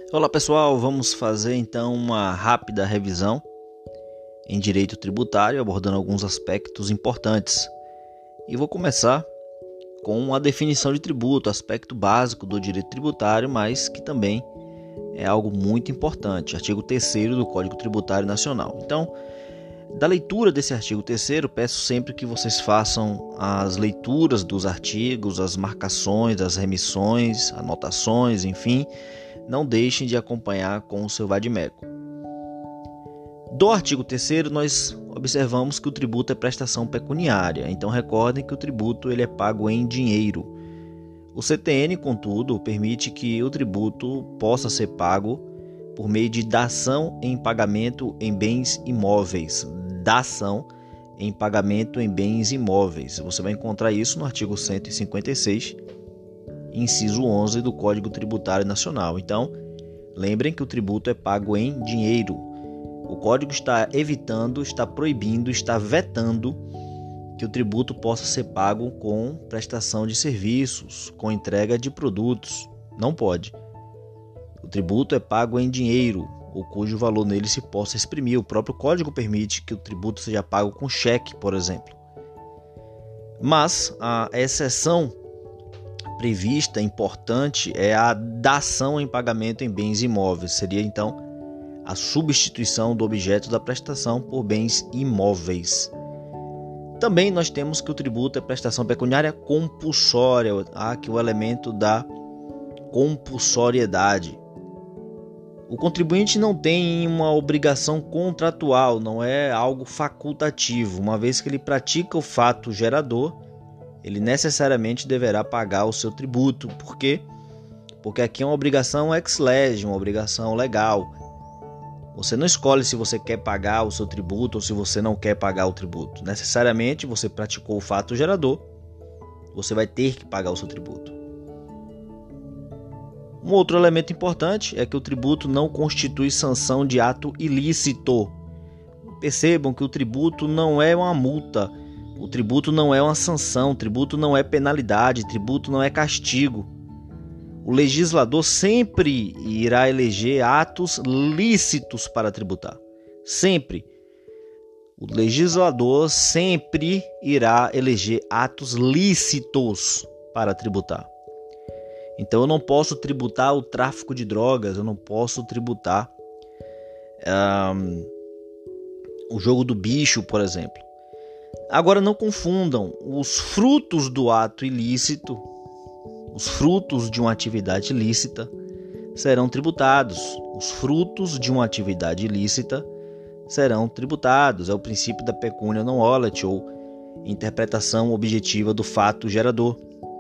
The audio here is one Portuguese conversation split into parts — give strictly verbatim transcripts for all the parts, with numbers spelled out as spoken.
Olá pessoal, vamos fazer então uma rápida revisão em direito tributário, abordando alguns aspectos importantes. E vou começar com a definição de tributo, aspecto básico do direito tributário, mas que também é algo muito importante, artigo terceiro do Código Tributário Nacional. Então, da leitura desse artigo terceiro, peço sempre que vocês façam as leituras dos artigos, as marcações, as remissões, anotações, enfim, não deixem de acompanhar com o seu vadimeco. Do artigo terceiro, nós observamos que o tributo é prestação pecuniária, então recordem que o tributo ele é pago em dinheiro. O C T N, contudo, permite que o tributo possa ser pago por meio de dação em pagamento em bens imóveis. Dação em pagamento em bens imóveis. Você vai encontrar isso no artigo cento e cinquenta e seis, inciso onze do Código Tributário Nacional. Então, lembrem que o tributo é pago em dinheiro. O Código está evitando, está proibindo, está vetando que o tributo possa ser pago com prestação de serviços, com entrega de produtos. Não pode. O tributo é pago em dinheiro, ou cujo valor nele se possa exprimir. O próprio Código permite que o tributo seja pago com cheque, por exemplo. Mas a exceção prevista, importante, é a dação em pagamento em bens imóveis. Seria, então, a substituição do objeto da prestação por bens imóveis. Também nós temos que o tributo é prestação pecuniária compulsória. Há aqui o elemento da compulsoriedade. O contribuinte não tem uma obrigação contratual, não é algo facultativo. Uma vez que ele pratica o fato gerador, ele necessariamente deverá pagar o seu tributo. Por quê? Porque aqui é uma obrigação ex lege, uma obrigação legal. Você não escolhe se você quer pagar o seu tributo ou se você não quer pagar o tributo. Necessariamente você praticou o fato gerador, você vai ter que pagar o seu tributo. Um outro elemento importante é que o tributo não constitui sanção de ato ilícito. Percebam que o tributo não é uma multa, o tributo não é uma sanção, o tributo não é penalidade, o tributo não é castigo. O legislador sempre irá eleger atos lícitos para tributar. Sempre. O legislador sempre irá eleger atos lícitos para tributar. Então eu não posso tributar o tráfico de drogas, eu não posso tributar um, o jogo do bicho, por exemplo. Agora não confundam, os frutos do ato ilícito, os frutos de uma atividade ilícita serão tributados. Os frutos de uma atividade ilícita serão tributados. É o princípio da pecúnia non olet, ou interpretação objetiva do fato gerador.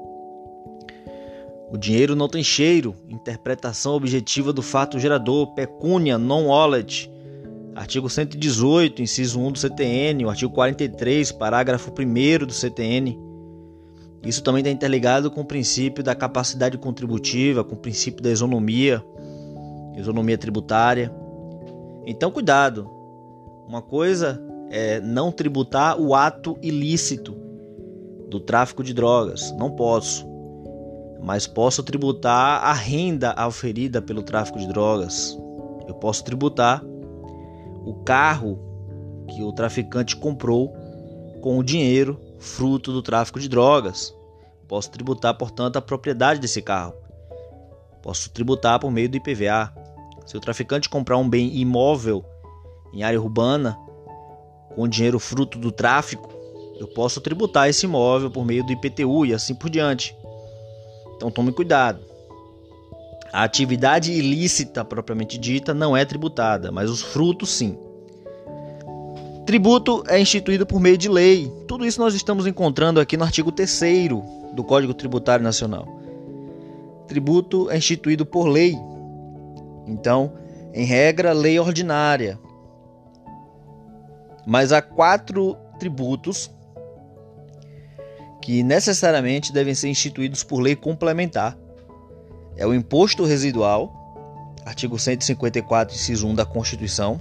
O dinheiro não tem cheiro, interpretação objetiva do fato gerador, pecúnia non olet. Artigo cento e dezoito, inciso um do C T N, o artigo quarenta e três, parágrafo primeiro do C T N. Isso também está interligado com o princípio da capacidade contributiva, com o princípio da isonomia, isonomia tributária. Então, cuidado. Uma coisa é não tributar o ato ilícito do tráfico de drogas. Não posso. Mas posso tributar a renda oferida pelo tráfico de drogas. Eu posso tributar o carro que o traficante comprou com o dinheiro fruto do tráfico de drogas. Posso tributar, portanto, a propriedade desse carro. Posso tributar por meio do I P V A. Se o traficante comprar um bem imóvel em área urbana com dinheiro fruto do tráfico, eu posso tributar esse imóvel por meio do I P T U e assim por diante. Então tome cuidado. A atividade ilícita propriamente dita não é tributada, mas os frutos sim. Tributo é instituído por meio de lei. Tudo isso nós estamos encontrando aqui no artigo terceiro do Código Tributário Nacional. Tributo é instituído por lei. Então, em regra, lei ordinária. Mas há quatro tributos que necessariamente devem ser instituídos por lei complementar. É o imposto residual, artigo cento e cinquenta e quatro, inciso um da Constituição.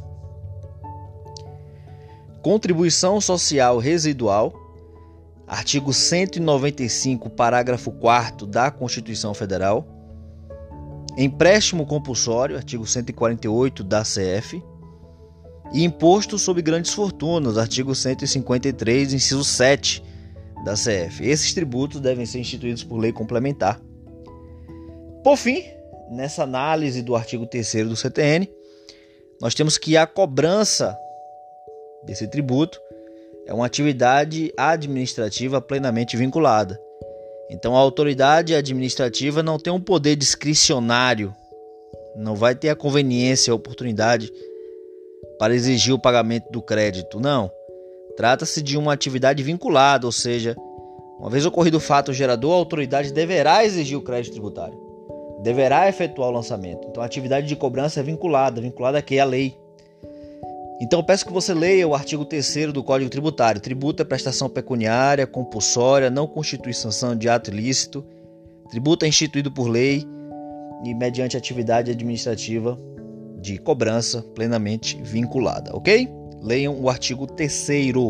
Contribuição social residual, artigo cento e noventa e cinco, parágrafo quarto da Constituição Federal. empréstimo compulsório, artigo cento e quarenta e oito da C F, e imposto sobre grandes fortunas, artigo cento e cinquenta e três, inciso sete da C F. Esses tributos devem ser instituídos por lei complementar. Por fim, nessa análise do artigo terceiro do C T N, nós temos que a cobrança desse tributo é uma atividade administrativa plenamente vinculada. Então, a autoridade administrativa não tem um poder discricionário, não vai ter a conveniência, a oportunidade para exigir o pagamento do crédito, não. Trata-se de uma atividade vinculada, ou seja, uma vez ocorrido o fato gerador, a autoridade deverá exigir o crédito tributário, deverá efetuar o lançamento. Então, a atividade de cobrança é vinculada, vinculada aqui à lei. Então, eu peço que você leia o artigo terceiro do Código Tributário. Tributo é prestação pecuniária, compulsória, não constitui sanção de ato ilícito. Tributo é instituído por lei e mediante atividade administrativa de cobrança plenamente vinculada, ok? Leiam o artigo terceiro.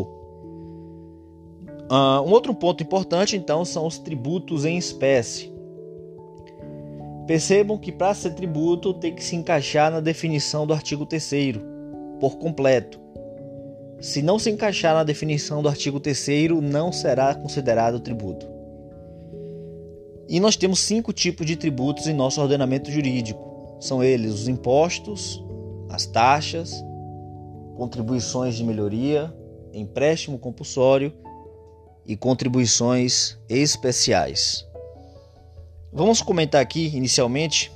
Uh, um outro ponto importante, então, são os tributos em espécie. Percebam que para ser tributo tem que se encaixar na definição do artigo terceiro por completo. Se não se encaixar na definição do artigo terceiro, não será considerado tributo. E nós temos cinco tipos de tributos em nosso ordenamento jurídico. São eles os impostos, as taxas, contribuições de melhoria, empréstimo compulsório e contribuições especiais. Vamos comentar aqui inicialmente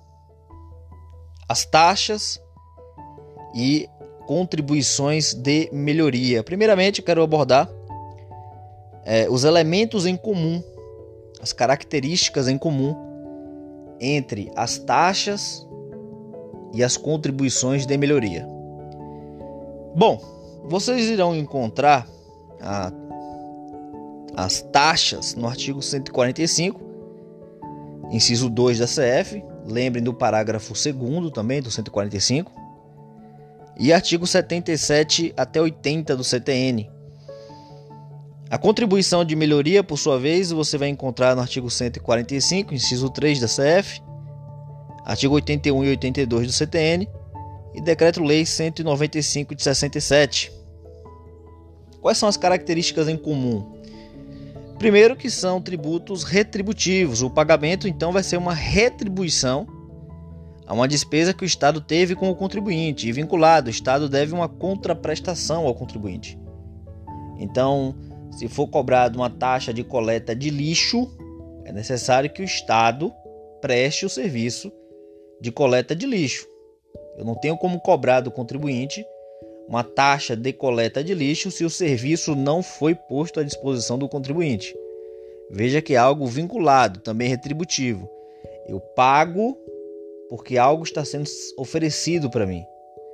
as taxas e contribuições de melhoria. Primeiramente, eu quero abordar é, os elementos em comum, as características em comum entre as taxas e as contribuições de melhoria. Bom, vocês irão encontrar a, as taxas no artigo cento e quarenta e cinco, inciso dois da C F, lembrem do parágrafo segundo também do cento e quarenta e cinco, e artigo setenta e sete até oitenta do C T N. A contribuição de melhoria, por sua vez, você vai encontrar no artigo cento e quarenta e cinco, inciso três da C F, artigo oitenta e um e oitenta e dois do C T N e Decreto-Lei cento e noventa e cinco de sessenta e sete. Quais são as características em comum? Primeiro, que são tributos retributivos. O pagamento, então, vai ser uma retribuição a uma despesa que o Estado teve com o contribuinte. E vinculado, o Estado deve uma contraprestação ao contribuinte. Então, se for cobrado uma taxa de coleta de lixo, é necessário que o Estado preste o serviço de coleta de lixo. Eu não tenho como cobrar do contribuinte uma taxa de coleta de lixo se o serviço não foi posto à disposição do contribuinte. Veja que é algo vinculado, também retributivo. Eu pago porque algo está sendo oferecido para mim.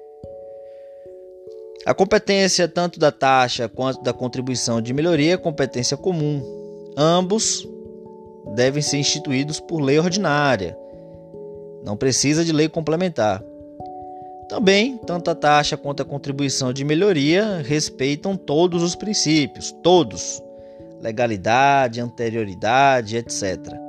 A competência tanto da taxa quanto da contribuição de melhoria é competência comum. Ambos devem ser instituídos por lei ordinária. Não precisa de lei complementar. Também, tanto a taxa quanto a contribuição de melhoria respeitam todos os princípios, todos. Legalidade, anterioridade, etcétera.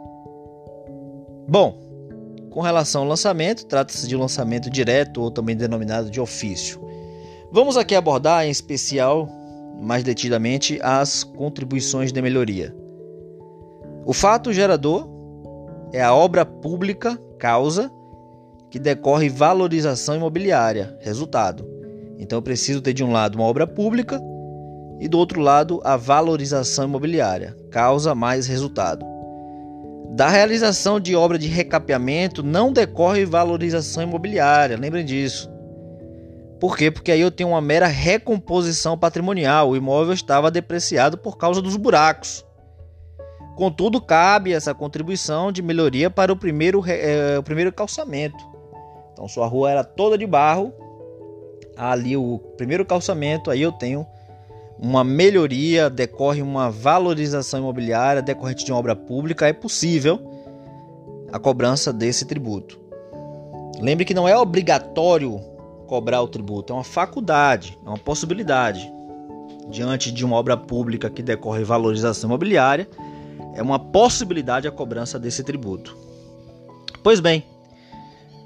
Bom, com relação ao lançamento, trata-se de um lançamento direto ou também denominado de ofício. Vamos aqui abordar em especial, mais detidamente, as contribuições de melhoria. O fato gerador é a obra pública, causa, que decorre valorização imobiliária, resultado. Então eu preciso ter de um lado uma obra pública e do outro lado a valorização imobiliária, causa mais resultado. Da realização de obra de recapeamento não decorre valorização imobiliária, lembrem disso. Por quê? Porque aí eu tenho uma mera recomposição patrimonial, o imóvel estava depreciado por causa dos buracos. Contudo, cabe essa contribuição de melhoria para o primeiro, é, o primeiro calçamento. Então, sua rua era toda de barro, ali o primeiro calçamento, aí eu tenho uma melhoria, decorre uma valorização imobiliária decorrente de uma obra pública, é possível a cobrança desse tributo. Lembre que não é obrigatório cobrar o tributo, é uma faculdade, é uma possibilidade. Diante de uma obra pública que decorre valorização imobiliária, é uma possibilidade a cobrança desse tributo. Pois bem,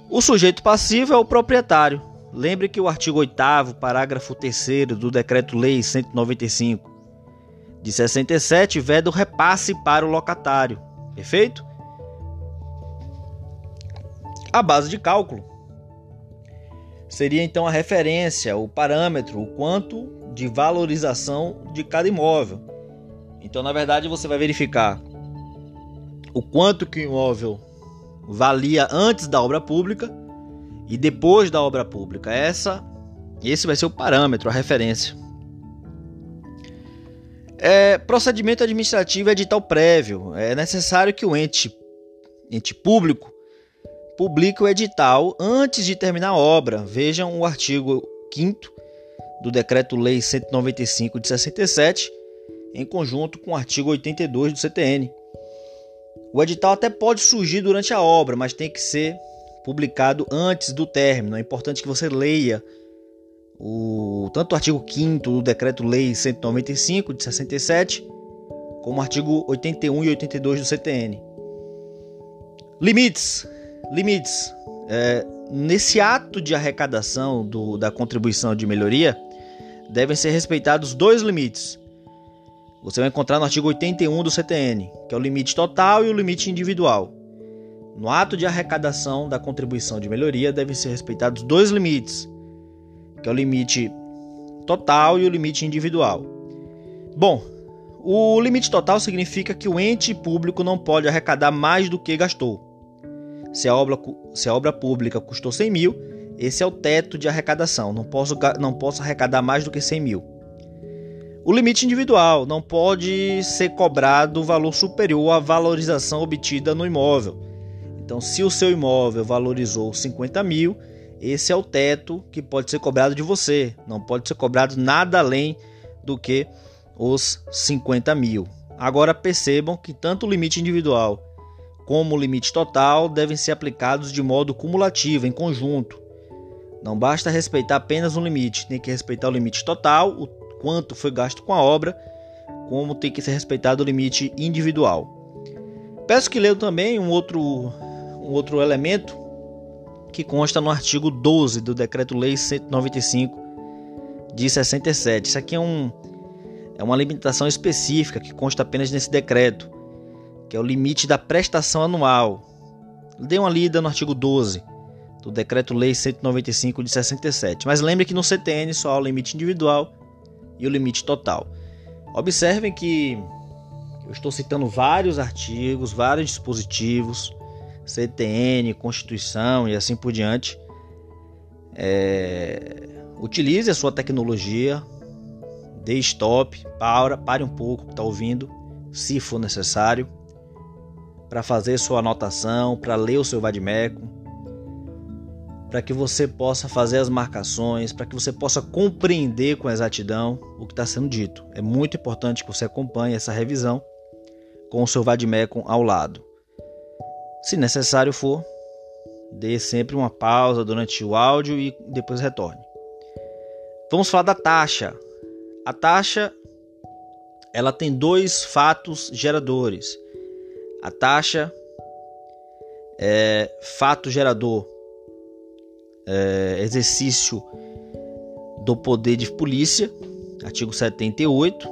O sujeito passivo é o proprietário. Lembre que o artigo oitavo, parágrafo terceiro do Decreto-Lei cento e noventa e cinco de sessenta e sete veda o repasse para o locatário. Perfeito? A base de cálculo seria então a referência, o parâmetro, o quanto de valorização de cada imóvel. Então, na verdade, você vai verificar o quanto que o imóvel valia antes da obra pública e depois da obra pública. Essa, esse vai ser o parâmetro, a referência. É, procedimento administrativo e edital prévio. É necessário que o ente, ente público publique o edital antes de terminar a obra. Vejam o artigo quinto do Decreto-Lei cento e noventa e cinco de sessenta e sete, em conjunto com o artigo oitenta e dois do C T N. O edital até pode surgir durante a obra, mas tem que ser publicado antes do término. É importante que você leia o, tanto o artigo quinto do Decreto-Lei cento e noventa e cinco de sessenta e sete, como o artigo oitenta e um e oitenta e dois do C T N. Limites. Limites. É, nesse ato de arrecadação do, da contribuição de melhoria, devem ser respeitados dois limites. Você vai encontrar no artigo oitenta e um do C T N, que é o limite total e o limite individual. No ato de arrecadação da contribuição de melhoria, devem ser respeitados dois limites, que é o limite total e o limite individual. Bom, o limite total significa que o ente público não pode arrecadar mais do que gastou. Se a obra, se a obra pública custou cem mil, esse é o teto de arrecadação. Não posso, não posso arrecadar mais do que cem mil. O limite individual: não pode ser cobrado valor superior à valorização obtida no imóvel. Então, se o seu imóvel valorizou cinquenta mil, esse é o teto que pode ser cobrado de você. Não pode ser cobrado nada além do que os cinquenta mil. Agora percebam que tanto o limite individual como o limite total devem ser aplicados de modo cumulativo, em conjunto. Não basta respeitar apenas um limite, tem que respeitar o limite total, o quanto foi gasto com a obra, como tem que ser respeitado o limite individual. Peço que leiam também um outro, um outro elemento que consta no artigo doze do Decreto-Lei cento e noventa e cinco de sessenta e sete. Isso aqui é, um, é uma limitação específica que consta apenas nesse decreto, que é o limite da prestação anual. Dê uma lida no artigo doze do Decreto-Lei cento e noventa e cinco de sessenta e sete. Mas lembre que no C T N só há o limite individual e o limite total. Observem que eu estou citando vários artigos, vários dispositivos, C T N, Constituição e assim por diante. É... Utilize a sua tecnologia, dê stop, para, pare um pouco que está ouvindo, se for necessário, para fazer sua anotação, para ler o seu vadimeco, para que você possa fazer as marcações, para que você possa compreender com exatidão o que está sendo dito. É muito importante que você acompanhe essa revisão com o seu vadimeco ao lado. Se necessário for, dê sempre uma pausa durante o áudio e depois retorne. Vamos falar da taxa. A taxa, ela tem dois fatos geradores. A taxa é fato gerador, é, exercício do poder de polícia, artigo setenta e oito,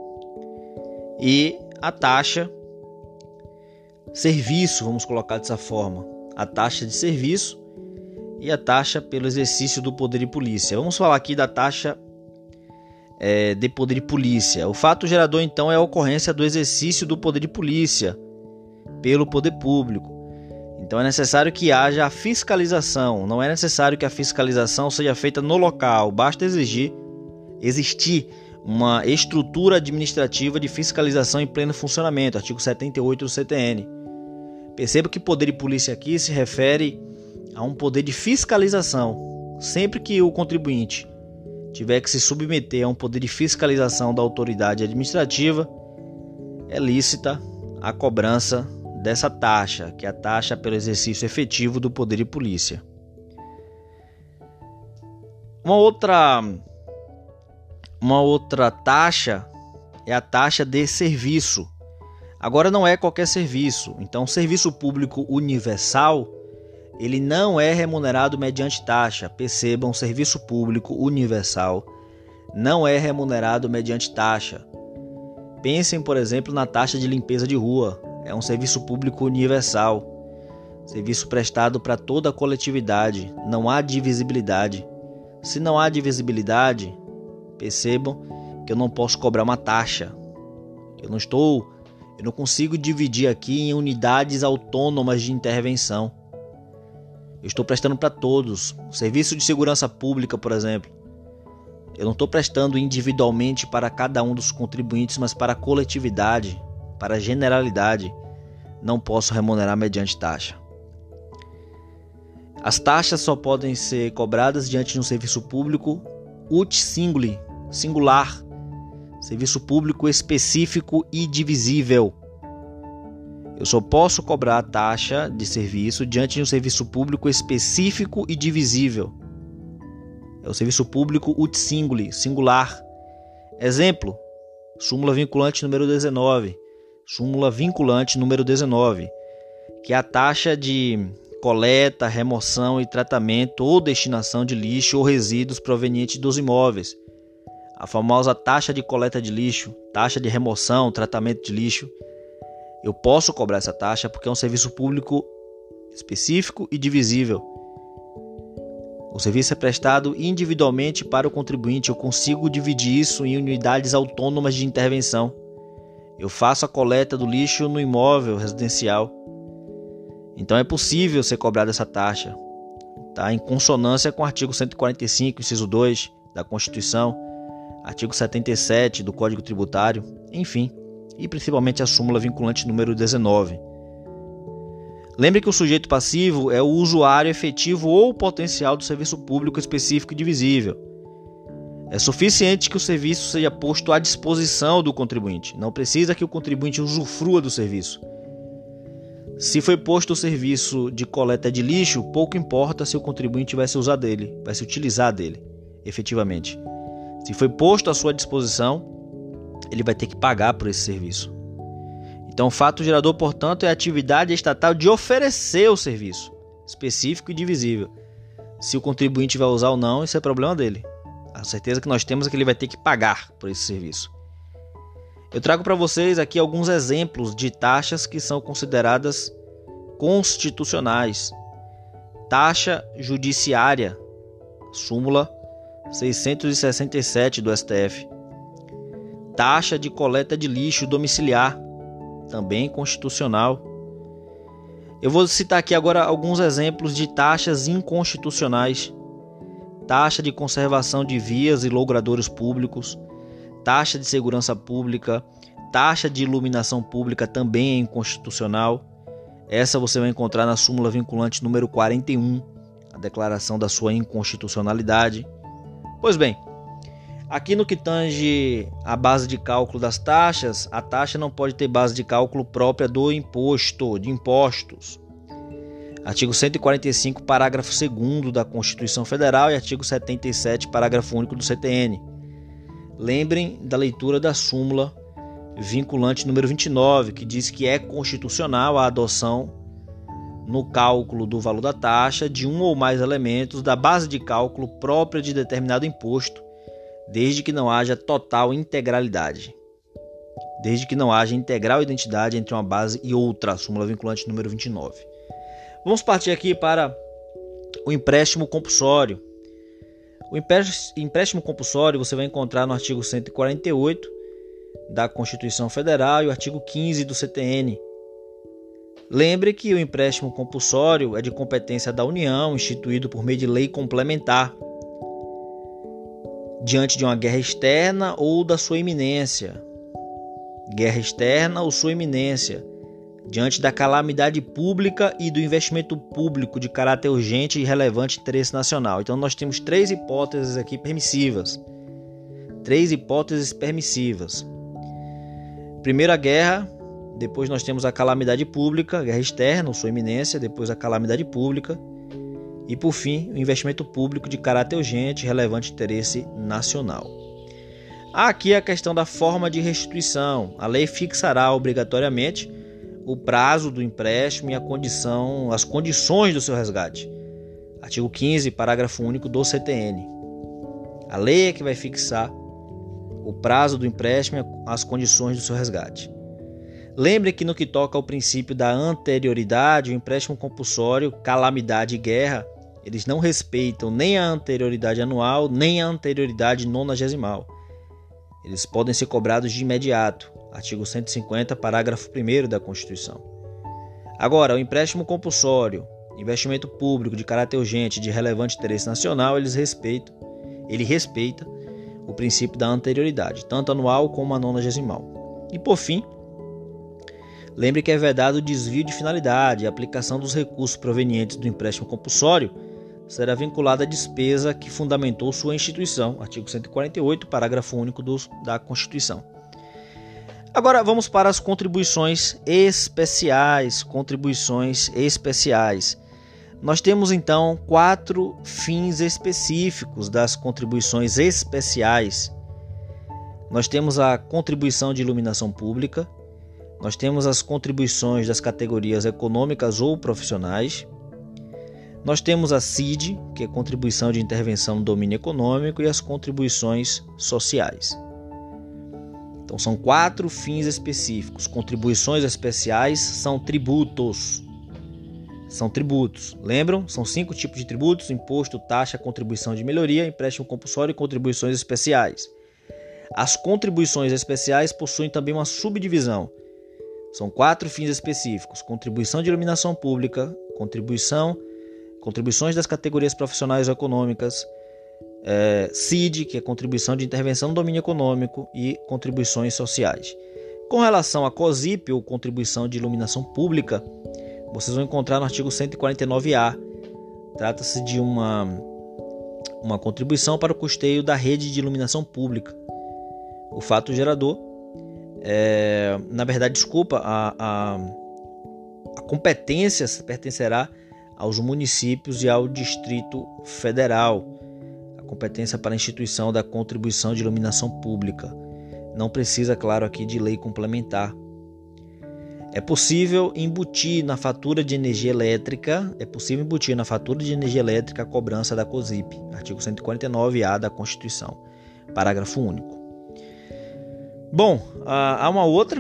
e a taxa serviço, vamos colocar dessa forma, a taxa de serviço e a taxa pelo exercício do poder de polícia. Vamos falar aqui da taxa é, de poder de polícia. O fato gerador, então, é a ocorrência do exercício do poder de polícia pelo poder público. Então é necessário que haja a fiscalização. Não é necessário que a fiscalização seja feita no local. Basta exigir, existir uma estrutura administrativa de fiscalização em pleno funcionamento. Artigo setenta e oito do C T N. Perceba que poder de polícia aqui se refere a um poder de fiscalização. Sempre que o contribuinte tiver que se submeter a um poder de fiscalização da autoridade administrativa, é lícita a cobrança dessa taxa, que é a taxa pelo exercício efetivo do poder de polícia. Uma outra, uma outra taxa é a taxa de serviço. Agora não é qualquer serviço. Então, o serviço público universal ele não é remunerado mediante taxa. Percebam, serviço público universal não é remunerado mediante taxa. Pensem, por exemplo, na taxa de limpeza de rua. É um serviço público universal. Serviço prestado para toda a coletividade. Não há divisibilidade. Se não há divisibilidade, percebam que eu não posso cobrar uma taxa. Eu não estou, eu não consigo dividir aqui em unidades autônomas de intervenção. Eu estou prestando para todos. O serviço de segurança pública, por exemplo, eu não estou prestando individualmente para cada um dos contribuintes, mas para a coletividade, para a generalidade. Não posso remunerar mediante taxa. As taxas só podem ser cobradas diante de um serviço público ut singuli, singular, serviço público específico e divisível. Eu só posso cobrar a taxa de serviço diante de um serviço público específico e divisível. É o serviço público ut singuli, singular. Exemplo, súmula vinculante número dezenove. Súmula vinculante número dezenove, que é a taxa de coleta, remoção e tratamento ou destinação de lixo ou resíduos provenientes dos imóveis. A famosa taxa de coleta de lixo, taxa de remoção, tratamento de lixo. Eu posso cobrar essa taxa porque é um serviço público específico e divisível. O serviço é prestado individualmente para o contribuinte. Eu consigo dividir isso em unidades autônomas de intervenção. Eu faço a coleta do lixo no imóvel residencial. Então é possível ser cobrada essa taxa, tá? Em consonância com o artigo cento e quarenta e cinco, inciso dois da Constituição, artigo setenta e sete do Código Tributário, enfim, e principalmente a súmula vinculante número dezenove. Lembre que o sujeito passivo é o usuário efetivo ou potencial do serviço público específico e divisível. É suficiente que o serviço seja posto à disposição do contribuinte. Não precisa que o contribuinte usufrua do serviço. Se foi posto o serviço de coleta de lixo, pouco importa se o contribuinte vai se usar dele, vai se utilizar dele, efetivamente. Se foi posto à sua disposição, ele vai ter que pagar por esse serviço. Então, o fato gerador, portanto, é a atividade estatal de oferecer o serviço específico e divisível. Se o contribuinte vai usar ou não, isso é problema dele. A certeza que nós temos é que ele vai ter que pagar por esse serviço. Eu trago para vocês aqui alguns exemplos de taxas que são consideradas constitucionais. Taxa judiciária, súmula seiscentos e sessenta e sete do S T F. Taxa de coleta de lixo domiciliar, também constitucional. Eu vou citar aqui agora alguns exemplos de taxas inconstitucionais. Taxa de conservação de vias e logradouros públicos, taxa de segurança pública, taxa de iluminação pública também é inconstitucional. Essa você vai encontrar na súmula vinculante número quarenta e um, a declaração da sua inconstitucionalidade. Pois bem, aqui no que tange a base de cálculo das taxas, a taxa não pode ter base de cálculo própria do imposto, de impostos. Artigo cento e quarenta e cinco, parágrafo segundo da Constituição Federal e artigo setenta e sete, parágrafo único do C T N. Lembrem da leitura da súmula vinculante número vinte e nove, que diz que é constitucional a adoção no cálculo do valor da taxa de um ou mais elementos da base de cálculo própria de determinado imposto, desde que não haja total integralidade. Desde que não haja integral identidade entre uma base e outra, súmula vinculante número vinte e nove. Vamos partir aqui para o empréstimo compulsório. O empréstimo compulsório você vai encontrar no artigo cento e quarenta e oito da Constituição Federal e o artigo quinze do C T N. Lembre que o empréstimo compulsório é de competência da União, instituído por meio de lei complementar, diante de uma guerra externa ou da sua iminência. Guerra externa ou sua iminência, diante da calamidade pública e do investimento público de caráter urgente e relevante interesse nacional. Então nós temos três hipóteses aqui permissivas. Três hipóteses permissivas. Primeiro a guerra, depois nós temos a calamidade pública, guerra externa ou sua iminência, depois a calamidade pública e por fim o investimento público de caráter urgente e relevante interesse nacional. Há aqui a questão da forma de restituição. A lei fixará obrigatoriamente o prazo do empréstimo e a condição, as condições do seu resgate. Artigo quinze, parágrafo único do C T N. A lei é que vai fixar o prazo do empréstimo e as condições do seu resgate. Lembre que no que toca ao princípio da anterioridade, o empréstimo compulsório, calamidade e guerra, eles não respeitam nem a anterioridade anual, nem a anterioridade nonagesimal. Eles podem ser cobrados de imediato. Artigo cento e cinquenta, parágrafo primeiro da Constituição. Agora, o empréstimo compulsório, investimento público de caráter urgente de relevante interesse nacional, eles respeitam, ele respeita o princípio da anterioridade, tanto anual como a nonagesimal. E por fim, lembre que é vedado o desvio de finalidade. A aplicação dos recursos provenientes do empréstimo compulsório será vinculada à despesa que fundamentou sua instituição. Artigo cento e quarenta e oito, parágrafo único do, da Constituição. Agora vamos para as contribuições especiais. Contribuições especiais. Nós temos então quatro fins específicos das contribuições especiais. Nós temos a contribuição de iluminação pública, nós temos as contribuições das categorias econômicas ou profissionais, nós temos a C I D, que é contribuição de intervenção no domínio econômico, e as contribuições sociais. Então são quatro fins específicos. Contribuições especiais são tributos. São tributos. Lembram? São cinco tipos de tributos: imposto, taxa, contribuição de melhoria, empréstimo compulsório e contribuições especiais. As contribuições especiais possuem também uma subdivisão. São quatro fins específicos: contribuição de iluminação pública, contribuição, contribuições das categorias profissionais ou econômicas, é, C I D, que é contribuição de intervenção no domínio econômico, e contribuições sociais. Com relação à COSIP, ou contribuição de iluminação pública, vocês vão encontrar no artigo cento e quarenta e nove A. Trata-se de uma, uma contribuição para o custeio da rede de iluminação pública. O fato gerador, é, na verdade, desculpa, a, a, a competência pertencerá aos municípios e ao Distrito Federal. A competência para a instituição da contribuição de iluminação pública. Não precisa, claro, aqui de lei complementar. É possível embutir na fatura de energia elétrica, é possível embutir na fatura de energia elétrica a cobrança da COSIP, artigo cento e quarenta e nove A da Constituição, parágrafo único. Bom, há uma outra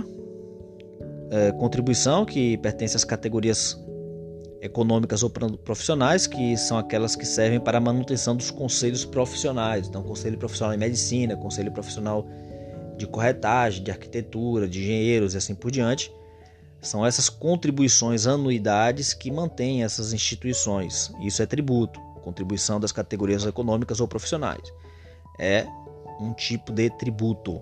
é, contribuição que pertence às categorias econômicas ou profissionais, que são aquelas que servem para a manutenção dos conselhos profissionais. Então, conselho profissional em medicina, conselho profissional de corretagem, de arquitetura, de engenheiros e assim por diante. São essas contribuições, anuidades, que mantêm essas instituições. Isso é tributo, contribuição das categorias econômicas ou profissionais. É um tipo de tributo.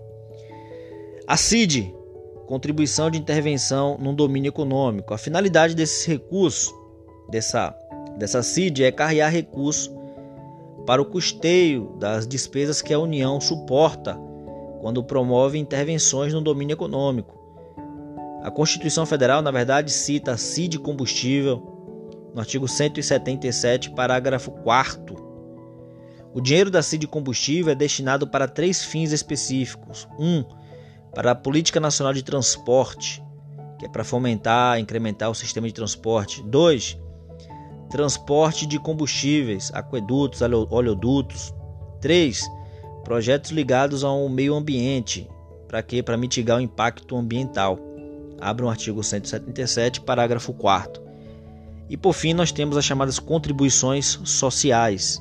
A C I D, contribuição de intervenção no domínio econômico. A finalidade desses recursos, dessa, dessa C I D, é carregar recursos para o custeio das despesas que a União suporta quando promove intervenções no domínio econômico. A Constituição Federal, na verdade, cita a C I D combustível no artigo cento e setenta e sete, parágrafo quarto. O dinheiro da C I D combustível é destinado para três fins específicos. Um, para a Política Nacional de Transporte, que é para fomentar, incrementar o sistema de transporte. Dois, transporte de combustíveis, aquedutos, oleodutos. Três, projetos ligados ao meio ambiente. Para quê? Para mitigar o impacto ambiental. Abra o artigo cento e setenta e sete, parágrafo quarto. E por fim, nós temos as chamadas contribuições sociais.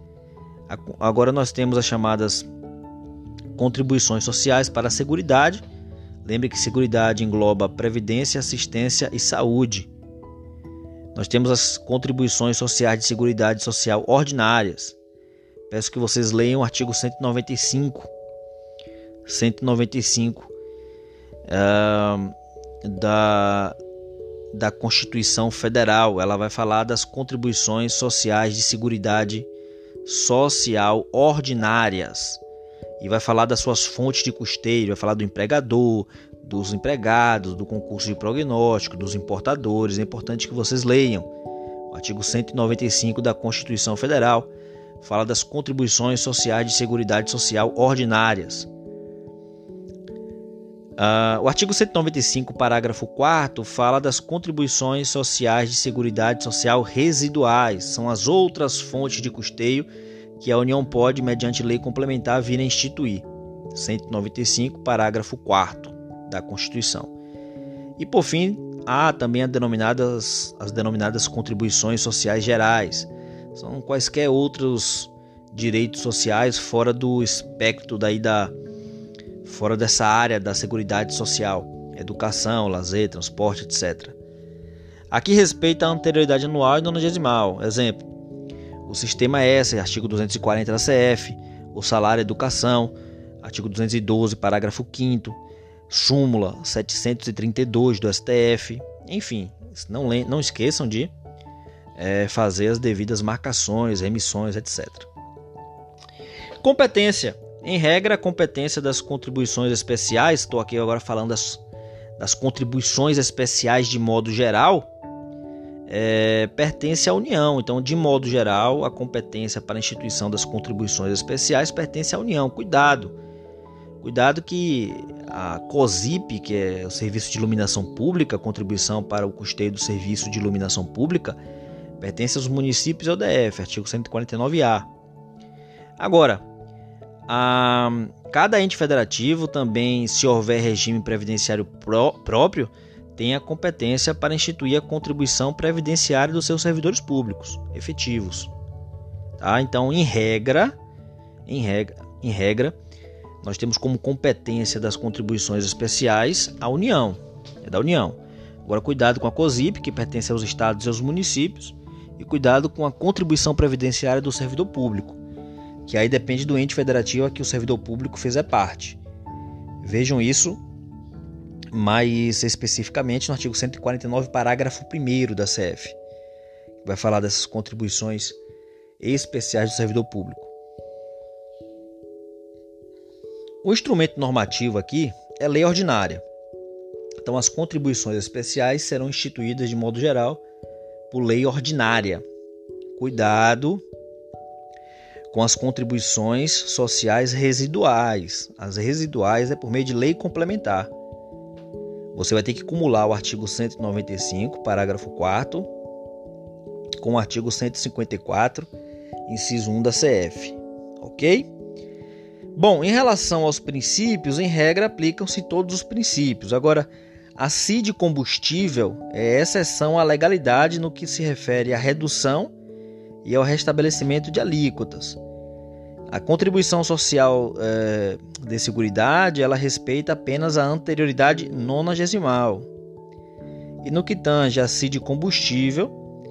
Agora nós temos as chamadas contribuições sociais para a Seguridade. Lembre que Seguridade engloba previdência, assistência e saúde. Nós temos as contribuições sociais de Seguridade Social ordinárias. Peço que vocês leiam o artigo cento e noventa e cinco. cento e noventa e cinco uh, da, da Constituição Federal. Ela vai falar das contribuições sociais de Seguridade Social ordinárias. E vai falar das suas fontes de custeio, vai falar do empregador, dos empregados, do concurso de prognóstico, dos importadores. É importante que vocês leiam. O artigo cento e noventa e cinco da Constituição Federal fala das contribuições sociais de Seguridade Social ordinárias. Uh, o artigo cento e noventa e cinco, parágrafo quarto, fala das contribuições sociais de seguridade social residuais. São as outras fontes de custeio que a União pode, mediante lei complementar, vir a instituir. cento e noventa e cinco, parágrafo quarto da Constituição. E, por fim, há também as denominadas, as denominadas contribuições sociais gerais. São quaisquer outros direitos sociais fora do espectro daí da fora dessa área da seguridade social, educação, lazer, transporte, etcétera. Aqui respeita a anterioridade anual e nonagesimal. Exemplo, o sistema S, artigo duzentos e quarenta da C F, o salário e educação, artigo duzentos e doze, parágrafo quinto, súmula setecentos e trinta e dois do S T F. Enfim, não, não esqueçam de é, fazer as devidas marcações, remissões, etcétera. Competência. Em regra, a competência das contribuições especiais, estou aqui agora falando das, das contribuições especiais de modo geral, é, pertence à União. Então, de modo geral, a competência para a instituição das contribuições especiais pertence à União. Cuidado! Cuidado que a COSIP, que é o Serviço de Iluminação Pública, contribuição para o custeio do Serviço de Iluminação Pública, pertence aos municípios e ao D F, artigo cento e quarenta e nove A. Agora, a, cada ente federativo também, se houver regime previdenciário pró, próprio, tem a competência para instituir a contribuição previdenciária dos seus servidores públicos efetivos. Tá? Então, em regra, em regra, em regra, nós temos como competência das contribuições especiais a União, é da União. Agora, cuidado com a COSIP, que pertence aos estados e aos municípios, e cuidado com a contribuição previdenciária do servidor público, que aí depende do ente federativo a que o servidor público fizer parte. Vejam isso mais especificamente no artigo cento e quarenta e nove, parágrafo primeiro da C F, que vai falar dessas contribuições especiais do servidor público. O instrumento normativo aqui é lei ordinária. Então, as contribuições especiais serão instituídas de modo geral por lei ordinária. Cuidado com as contribuições sociais residuais. As residuais é por meio de lei complementar. Você vai ter que acumular o artigo cento e noventa e cinco, parágrafo quarto, com o artigo cento e cinquenta e quatro, inciso um da C F. Ok? Bom, em relação aos princípios, em regra, aplicam-se todos os princípios. Agora, a C I D combustível é exceção à legalidade no que se refere à redução e ao restabelecimento de alíquotas. A contribuição social é, de seguridade, ela respeita apenas a anterioridade nonagesimal. E no que tange a C I D combustível,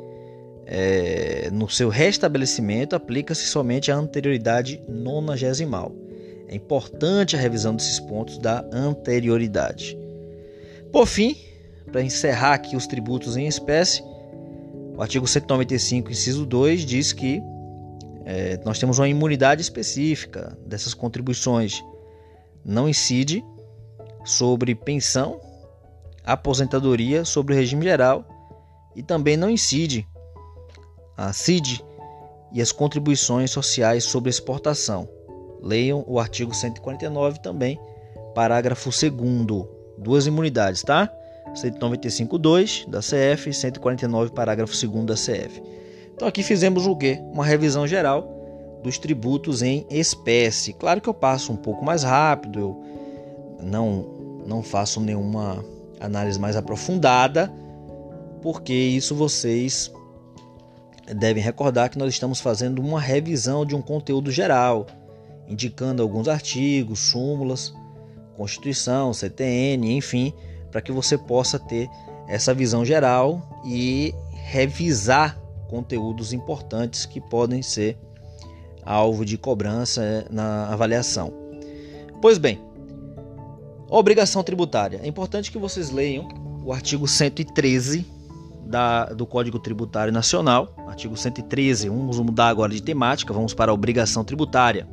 é, no seu restabelecimento, aplica-se somente a anterioridade nonagesimal. É importante a revisão desses pontos da anterioridade. Por fim, para encerrar aqui os tributos em espécie, o artigo cento e noventa e cinco, inciso dois, diz que é, nós temos uma imunidade específica dessas contribuições. Não incide sobre pensão, aposentadoria, sobre o regime geral e também não incide a C I D e as contribuições sociais sobre exportação. Leiam o artigo cento e quarenta e nove também, parágrafo segundo. Duas imunidades, tá? cento e noventa e cinco ponto dois da C F e cento e quarenta e nove, parágrafo segundo da C F. Então aqui fizemos o quê? Uma revisão geral dos tributos em espécie. Claro que eu passo um pouco mais rápido, eu não, não faço nenhuma análise mais aprofundada, porque isso vocês devem recordar que nós estamos fazendo uma revisão de um conteúdo geral, indicando alguns artigos, súmulas, Constituição, C T N, enfim, para que você possa ter essa visão geral e revisar conteúdos importantes que podem ser alvo de cobrança na avaliação. Pois bem, obrigação tributária. É importante que vocês leiam o artigo cento e treze da, do Código Tributário Nacional. Artigo cento e treze, vamos mudar agora de temática, vamos para a obrigação tributária.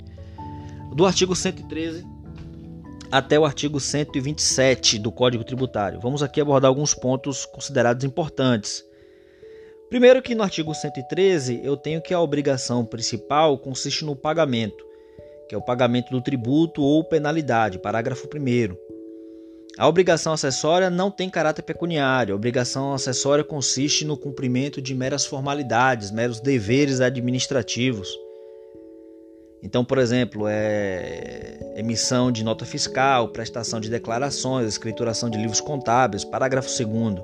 Do artigo cento e treze até o artigo cento e vinte e sete do Código Tributário. Vamos aqui abordar alguns pontos considerados importantes. Primeiro que no artigo cento e treze eu tenho que a obrigação principal consiste no pagamento, que é o pagamento do tributo ou penalidade, parágrafo primeiro. A obrigação acessória não tem caráter pecuniário. A obrigação acessória consiste no cumprimento de meras formalidades, meros deveres administrativos. Então, por exemplo, é emissão de nota fiscal, prestação de declarações, escrituração de livros contábeis, parágrafo segundo.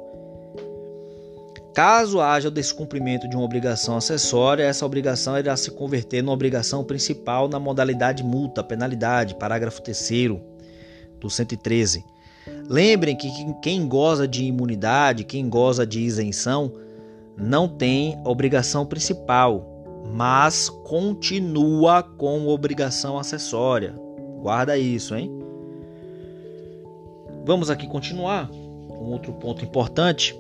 Caso haja o descumprimento de uma obrigação acessória, essa obrigação irá se converter numa obrigação principal na modalidade multa, penalidade, parágrafo terceiro do cento e treze. Lembrem que quem goza de imunidade, quem goza de isenção, não tem obrigação principal, mas continua com obrigação acessória. Guarda isso, hein? Vamos aqui continuar. Um outro ponto importante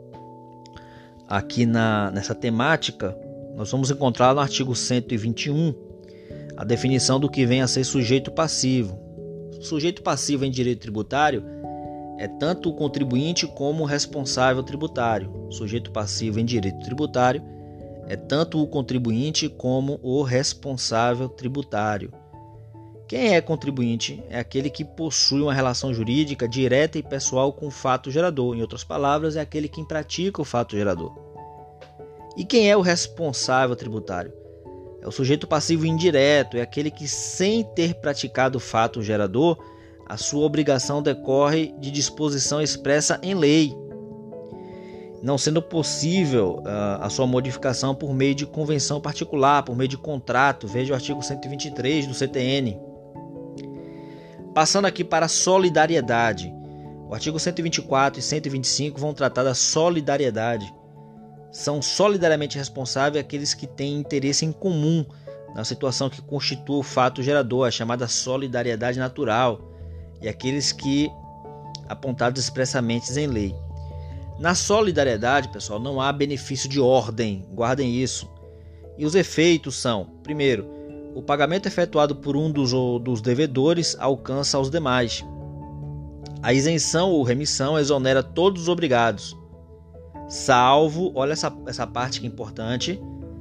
aqui na, nessa temática, nós vamos encontrar no artigo cento e vinte e um a definição do que vem a ser sujeito passivo. Sujeito passivo em direito tributário é tanto o contribuinte como o responsável tributário. Sujeito passivo em direito tributário é tanto o contribuinte como o responsável tributário. Quem é contribuinte é aquele que possui uma relação jurídica direta e pessoal com o fato gerador. Em outras palavras, é aquele que pratica o fato gerador. E quem é o responsável tributário? É o sujeito passivo indireto, é aquele que, sem ter praticado o fato gerador, a sua obrigação decorre de disposição expressa em lei, não sendo possível uh, a sua modificação por meio de convenção particular, por meio de contrato. Veja o artigo cento e vinte e três do C T N. Passando aqui para a solidariedade. O artigo cento e vinte e quatro e cento e vinte e cinco vão tratar da solidariedade. São solidariamente responsáveis aqueles que têm interesse em comum na situação que constitua o fato gerador, a chamada solidariedade natural, e aqueles que apontados expressamente em lei. Na solidariedade, pessoal, não há benefício de ordem, guardem isso. E os efeitos são, primeiro, o pagamento efetuado por um dos, dos devedores alcança aos demais. A isenção ou remissão exonera todos os obrigados, salvo, olha essa, essa parte que é importante,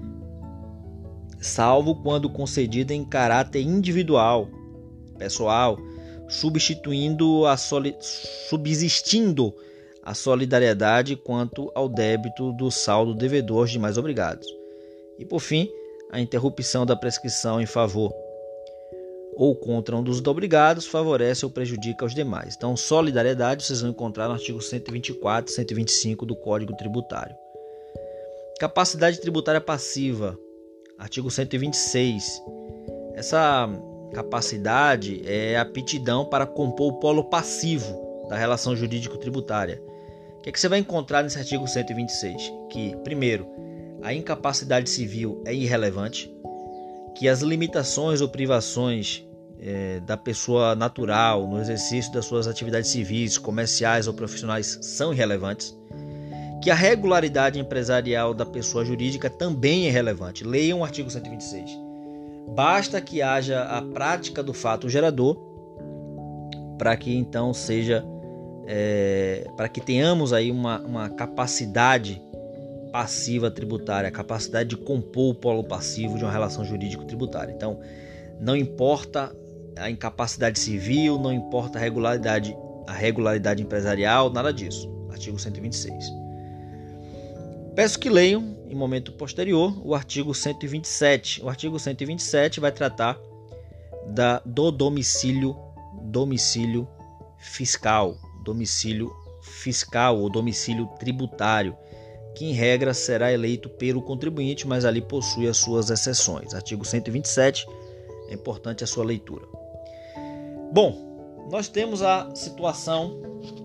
salvo quando concedida em caráter individual, pessoal, substituindo a soli, subsistindo a solidariedade quanto ao débito do saldo devedor aos demais obrigados. E por fim, a interrupção da prescrição em favor ou contra um dos obrigados favorece ou prejudica os demais. Então, solidariedade vocês vão encontrar no artigo cento e vinte e quatro e cento e vinte e cinco do Código Tributário. Capacidade tributária passiva, artigo cento e vinte e seis. Essa capacidade é a aptidão para compor o polo passivo da relação jurídico-tributária. O que é que você vai encontrar nesse artigo cento e vinte e seis? Que, primeiro, a incapacidade civil é irrelevante, que as limitações ou privações é, da pessoa natural no exercício das suas atividades civis, comerciais ou profissionais são irrelevantes, que a regularidade empresarial da pessoa jurídica também é relevante. Leiam o artigo cento e vinte e seis. Basta que haja a prática do fato gerador para que então seja, é, para que tenhamos aí uma, uma capacidade passiva tributária, a capacidade de compor o polo passivo de uma relação jurídico-tributária. Então, não importa a incapacidade civil, não importa a regularidade, a regularidade empresarial, nada disso. Artigo cento e vinte e seis. Peço que leiam, em momento posterior, o artigo cento e vinte e sete. O artigo cento e vinte e sete vai tratar da, do domicílio, domicílio fiscal, domicílio fiscal ou domicílio tributário, que em regra será eleito pelo contribuinte, mas ali possui as suas exceções. Artigo cento e vinte e sete, é importante a sua leitura. Bom, nós temos a situação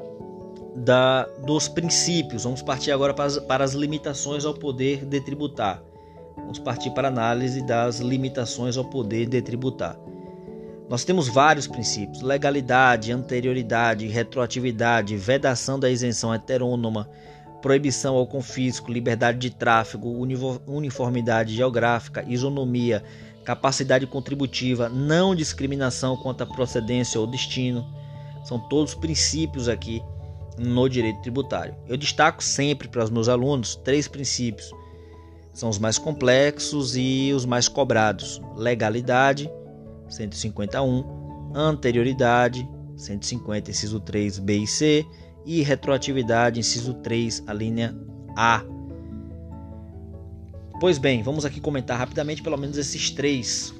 da, dos princípios. Vamos partir agora para as, para as limitações ao poder de tributar. Vamos partir para a análise das limitações ao poder de tributar. Nós temos vários princípios: legalidade, anterioridade, retroatividade, vedação da isenção heterônoma, proibição ao confisco, liberdade de tráfego, uniformidade geográfica, isonomia, capacidade contributiva, não discriminação quanto à procedência ou destino. São todos princípios aqui no direito tributário. Eu destaco sempre para os meus alunos três princípios. São os mais complexos e os mais cobrados: legalidade, cento e cinquenta e um, anterioridade, cento e cinquenta, inciso três, B e C, e retroatividade, inciso três, a linha A. Pois bem, vamos aqui comentar rapidamente pelo menos esses três.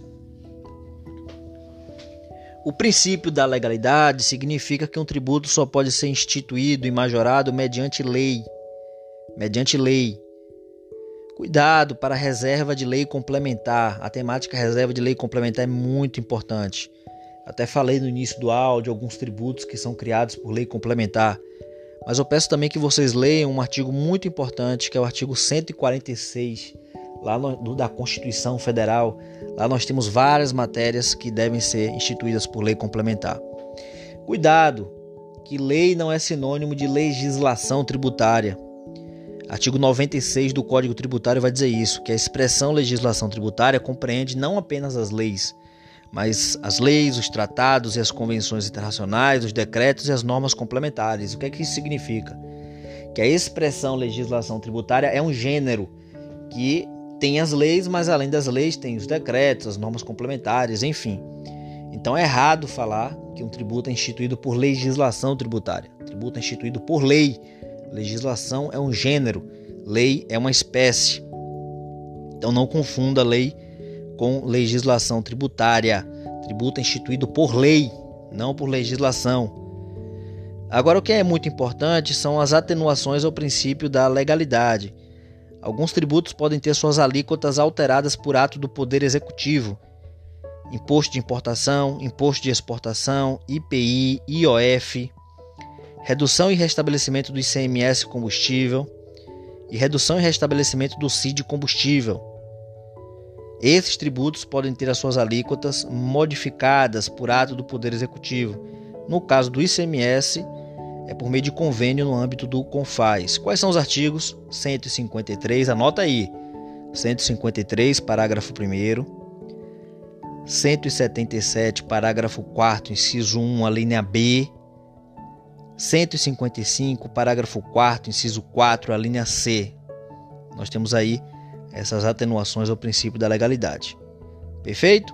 O princípio da legalidade significa que um tributo só pode ser instituído e majorado mediante lei. Mediante lei. Cuidado para a reserva de lei complementar. A temática reserva de lei complementar é muito importante. Até falei no início do áudio alguns tributos que são criados por lei complementar. Mas eu peço também que vocês leiam um artigo muito importante, que é o artigo cento e quarenta e seis, lá no, no, da Constituição Federal. Lá nós temos várias matérias que devem ser instituídas por lei complementar. Cuidado, que lei não é sinônimo de legislação tributária. Artigo noventa e seis do Código Tributário vai dizer isso, que a expressão legislação tributária compreende não apenas as leis, mas as leis, os tratados e as convenções internacionais, os decretos e as normas complementares. O que é que isso significa? Que a expressão legislação tributária é um gênero que tem as leis, mas além das leis tem os decretos, as normas complementares, enfim. Então é errado falar que um tributo é instituído por legislação tributária. Tributo é instituído por lei. Legislação é um gênero, lei é uma espécie. Então não confunda lei com legislação tributária. Tributo é instituído por lei, não por legislação. Agora, o que é muito importante são as atenuações ao princípio da legalidade. Alguns tributos podem ter suas alíquotas alteradas por ato do Poder Executivo. Imposto de importação, imposto de exportação, I P I, I O F, redução e restabelecimento do I C M S combustível e redução e restabelecimento do C I D combustível. Esses tributos podem ter as suas alíquotas modificadas por ato do Poder Executivo. No caso do I C M S, é por meio de convênio no âmbito do CONFAS. Quais são os artigos? cento e cinquenta e três, anota aí. cento e cinquenta e três, parágrafo primeiro. cento e setenta e sete, parágrafo quarto, inciso um, a linha B. cento e cinquenta e cinco, parágrafo quarto, inciso quatro, a linha C. Nós temos aí essas atenuações ao princípio da legalidade. Perfeito?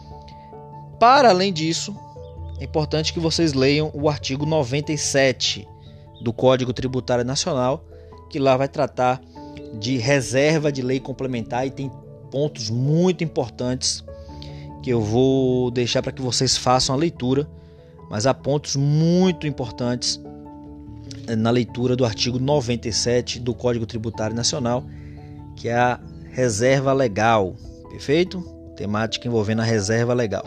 Para além disso, é importante que vocês leiam o artigo noventa e sete do Código Tributário Nacional, que lá vai tratar de reserva de lei complementar e tem pontos muito importantes que eu vou deixar para que vocês façam a leitura, mas há pontos muito importantes na leitura do artigo noventa e sete do Código Tributário Nacional, que é a reserva legal. Perfeito? Temática envolvendo a reserva legal.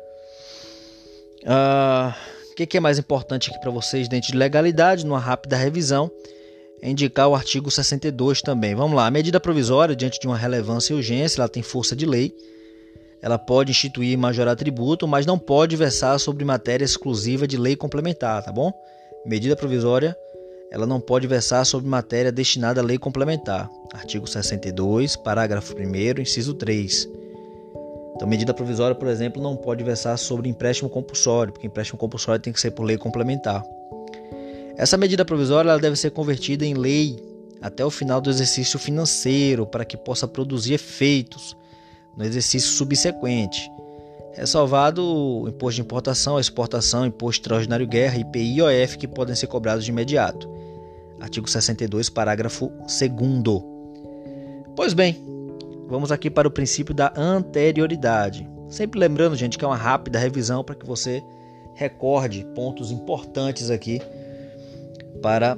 Uh, o que, que é mais importante aqui para vocês dentro de legalidade, numa rápida revisão, é indicar o artigo sessenta e dois também. Vamos lá, a medida provisória, diante de uma relevância e urgência, ela tem força de lei, ela pode instituir e majorar tributo, mas não pode versar sobre matéria exclusiva de lei complementar, tá bom? Medida provisória, ela não pode versar sobre matéria destinada à lei complementar. Artigo sessenta e dois, parágrafo primeiro, inciso três. Então, medida provisória, por exemplo, não pode versar sobre empréstimo compulsório, porque empréstimo compulsório tem que ser por lei complementar. Essa medida provisória ela deve ser convertida em lei até o final do exercício financeiro, para que possa produzir efeitos no exercício subsequente. Ressalvado o imposto de importação, a exportação, imposto extraordinário guerra, I P I e I O F, que podem ser cobrados de imediato. Artigo sessenta e dois, parágrafo segundo. Pois bem, vamos aqui para o princípio da anterioridade. Sempre lembrando, gente, que é uma rápida revisão para que você recorde pontos importantes aqui para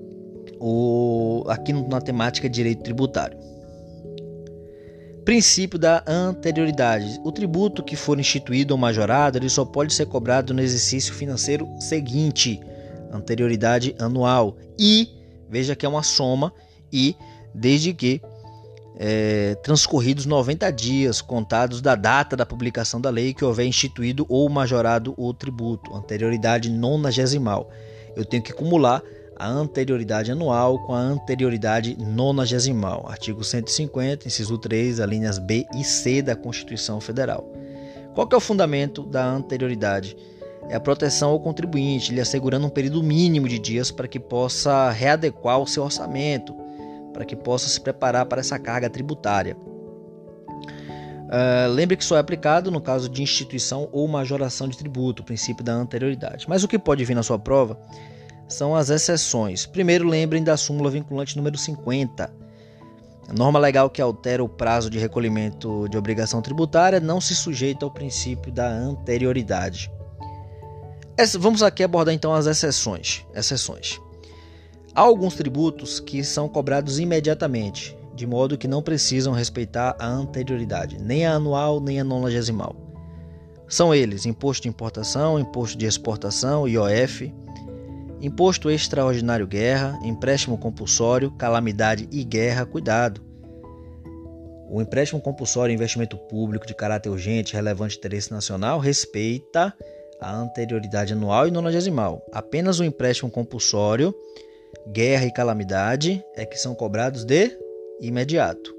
o aqui na temática de direito tributário. Princípio da anterioridade. O tributo que for instituído ou majorado, ele só pode ser cobrado no exercício financeiro seguinte, anterioridade anual. E, veja que é uma soma, e desde que é, transcorridos noventa dias contados da data da publicação da lei que houver instituído ou majorado o tributo, anterioridade nonagesimal. Eu tenho que acumular a anterioridade anual com a anterioridade nonagesimal. Artigo cento e cinquenta, inciso três, as linhas B e C da Constituição Federal. Qual que é o fundamento da anterioridade? É a proteção ao contribuinte, lhe assegurando um período mínimo de dias para que possa readequar o seu orçamento, para que possa se preparar para essa carga tributária. Uh, lembre que só é aplicado no caso de instituição ou majoração de tributo, o princípio da anterioridade. Mas o que pode vir na sua prova são as exceções. Primeiro, lembrem da súmula vinculante número cinquenta. A norma legal que altera o prazo de recolhimento de obrigação tributária não se sujeita ao princípio da anterioridade. Essa, vamos aqui abordar então as exceções. exceções. Há alguns tributos que são cobrados imediatamente, de modo que não precisam respeitar a anterioridade, nem a anual nem a nonagesimal. São eles: imposto de importação, imposto de exportação, I O F, imposto extraordinário guerra, empréstimo compulsório, calamidade e guerra. Cuidado! O empréstimo compulsório investimento público de caráter urgente, relevante interesse nacional respeita a anterioridade anual e nonagesimal. Apenas o empréstimo compulsório, guerra e calamidade é que são cobrados de imediato.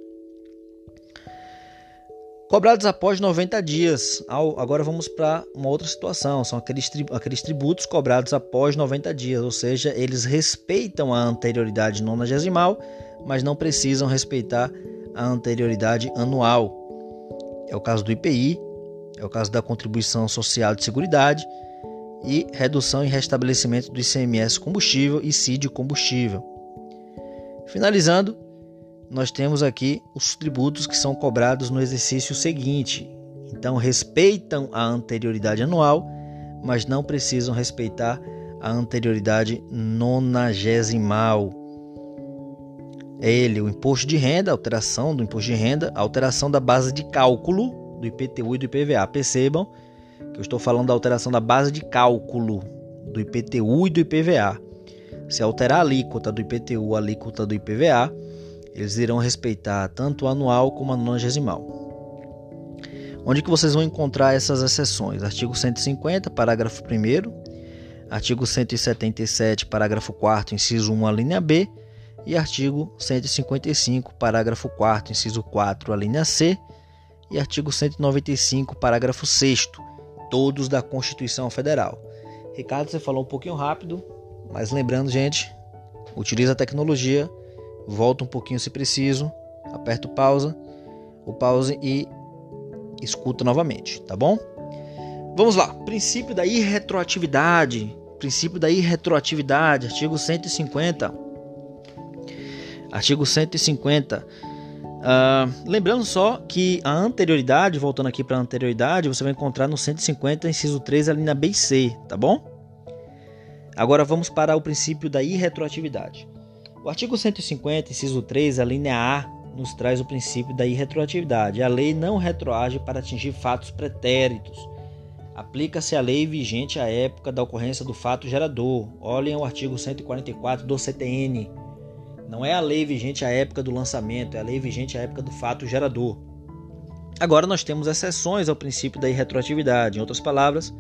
Cobrados após noventa dias. Agora vamos para uma outra situação. São aqueles, aqueles tributos cobrados após noventa dias, ou seja, eles respeitam a anterioridade nonagesimal, mas não precisam respeitar a anterioridade anual. É o caso do I P I, é o caso da contribuição social de seguridade e redução e restabelecimento do I C M S combustível e C I D combustível. Finalizando, nós temos aqui os tributos que são cobrados no exercício seguinte. Então, respeitam a anterioridade anual, mas não precisam respeitar a anterioridade nonagesimal. É ele, o imposto de renda, alteração do imposto de renda, alteração da base de cálculo do I P T U e do I P V A. Percebam que eu estou falando da alteração da base de cálculo do I P T U e do I P V A. Se alterar a alíquota do I P T U, a alíquota do I P V A, eles irão respeitar tanto o anual como a nonagesimal. Onde que vocês vão encontrar essas exceções? Artigo cento e cinquenta, parágrafo primeiro, artigo cento e setenta e sete, parágrafo quarto, inciso um, a linha B, e artigo cento e cinquenta e cinco, parágrafo quarto, inciso quatro, a linha C, e artigo cento e noventa e cinco, parágrafo sexto, todos da Constituição Federal. Ricardo, você falou um pouquinho rápido, mas lembrando, gente, utiliza a tecnologia, volta um pouquinho se preciso, aperta o pausa, o pause e escuta novamente, tá bom? Vamos lá, princípio da irretroatividade, princípio da irretroatividade, artigo cento e cinquenta. Artigo cento e cinquenta. Uh, lembrando só que a anterioridade, voltando aqui para a anterioridade, você vai encontrar no cento e cinquenta, inciso três, a linha B e C, tá bom? Agora vamos para o princípio da irretroatividade. O artigo cento e cinquenta, inciso três, a linha A, nos traz o princípio da irretroatividade. A lei não retroage para atingir fatos pretéritos. Aplica-se a lei vigente à época da ocorrência do fato gerador. Olhem o artigo cento e quarenta e quatro do C T N. Não é a lei vigente à época do lançamento, é a lei vigente à época do fato gerador. Agora nós temos exceções ao princípio da irretroatividade. Em outras palavras,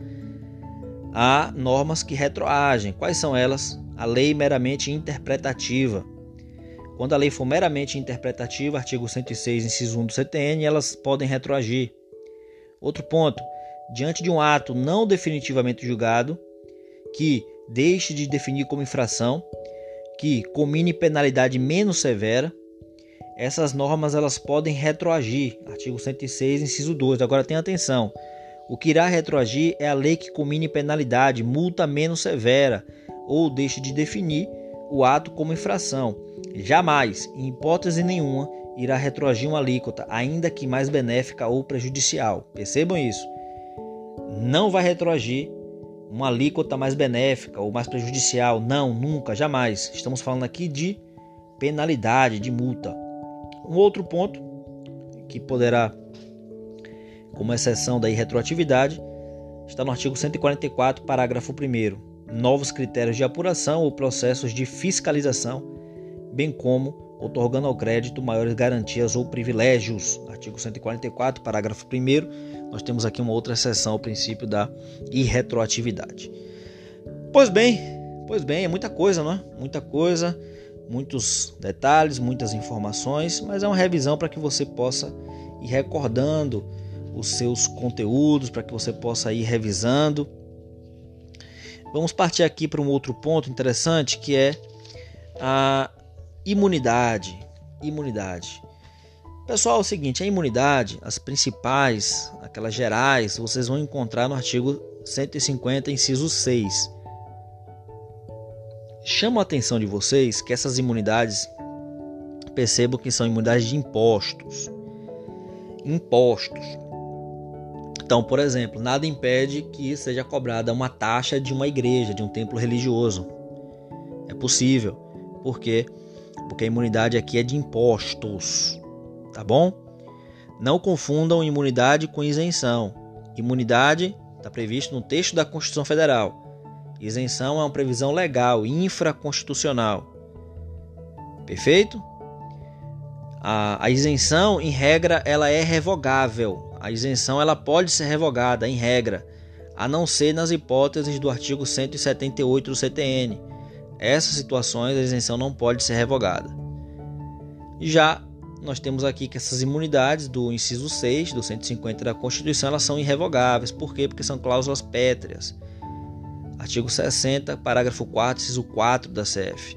há normas que retroagem. Quais são elas? A lei meramente interpretativa. Quando a lei for meramente interpretativa, artigo cento e seis, inciso um do C T N, elas podem retroagir. Outro ponto, diante de um ato não definitivamente julgado, que deixe de definir como infração, que comine penalidade menos severa, essas normas elas podem retroagir. Artigo cento e seis, inciso dois. Agora tenha atenção, o que irá retroagir é a lei que comine penalidade, multa menos severa, ou deixe de definir o ato como infração. Jamais, em hipótese nenhuma, irá retroagir uma alíquota, ainda que mais benéfica ou prejudicial. Percebam isso. Não vai retroagir uma alíquota mais benéfica ou mais prejudicial. Não, nunca, jamais. Estamos falando aqui de penalidade, de multa. Um outro ponto que poderá, como exceção da irretroatividade, está no artigo cento e quarenta e quatro, parágrafo primeiro. Novos critérios de apuração ou processos de fiscalização, bem como outorgando ao crédito maiores garantias ou privilégios. Artigo cento e quarenta e quatro, parágrafo primeiro. Nós temos aqui uma outra exceção ao princípio da irretroatividade. Pois bem, pois bem, é muita coisa, não é? Muita coisa, muitos detalhes, muitas informações, mas é uma revisão para que você possa ir recordando os seus conteúdos, para que você possa ir revisando. Vamos partir aqui para um outro ponto interessante, que é a imunidade. Imunidade. Pessoal, é o seguinte, a imunidade, as principais, aquelas gerais, vocês vão encontrar no artigo cento e cinquenta, inciso seis. Chamo a atenção de vocês que essas imunidades, percebam que são imunidades de impostos. Impostos. Então, por exemplo, nada impede que seja cobrada uma taxa de uma igreja, de um templo religioso. É possível. Por quê? Porque a imunidade aqui é de impostos. Tá bom? Não confundam imunidade com isenção. Imunidade está previsto no texto da Constituição Federal. Isenção é uma previsão legal, infraconstitucional. Perfeito? A, a isenção, em regra, ela é revogável. A isenção ela pode ser revogada, em regra, a não ser nas hipóteses do artigo cento e setenta e oito do C T N. Essas situações, a isenção não pode ser revogada. Já nós temos aqui que essas imunidades do inciso seis, do cento e cinquenta da Constituição, elas são irrevogáveis. Por quê? Porque são cláusulas pétreas. Artigo sessenta, parágrafo quarto, inciso quatro da C F.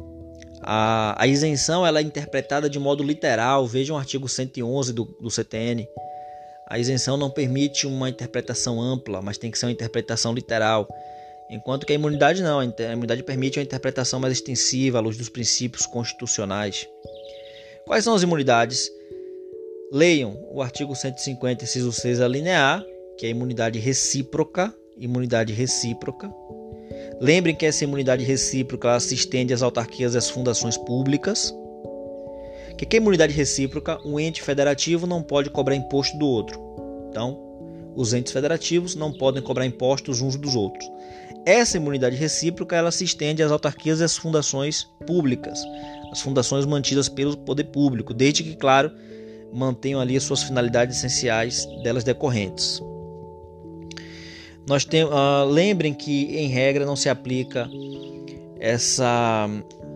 A, a isenção ela é interpretada de modo literal. Vejam o artigo cento e onze do, do C T N. A isenção não permite uma interpretação ampla, mas tem que ser uma interpretação literal. Enquanto que a imunidade não. A imunidade permite uma interpretação mais extensiva à luz dos princípios constitucionais. Quais são as imunidades? Leiam o artigo cento e cinquenta, inciso seis, a linha A, que é a imunidade recíproca. Imunidade recíproca. Lembrem que essa imunidade recíproca ela se estende às autarquias e às fundações públicas. O que é imunidade recíproca? Um ente federativo não pode cobrar imposto do outro. Então, os entes federativos não podem cobrar impostos uns dos outros. Essa imunidade recíproca ela se estende às autarquias e às fundações públicas, as fundações mantidas pelo poder público, desde que, claro, mantenham ali as suas finalidades essenciais delas decorrentes. Nós tem, uh, lembrem que, em regra, não se aplica essa,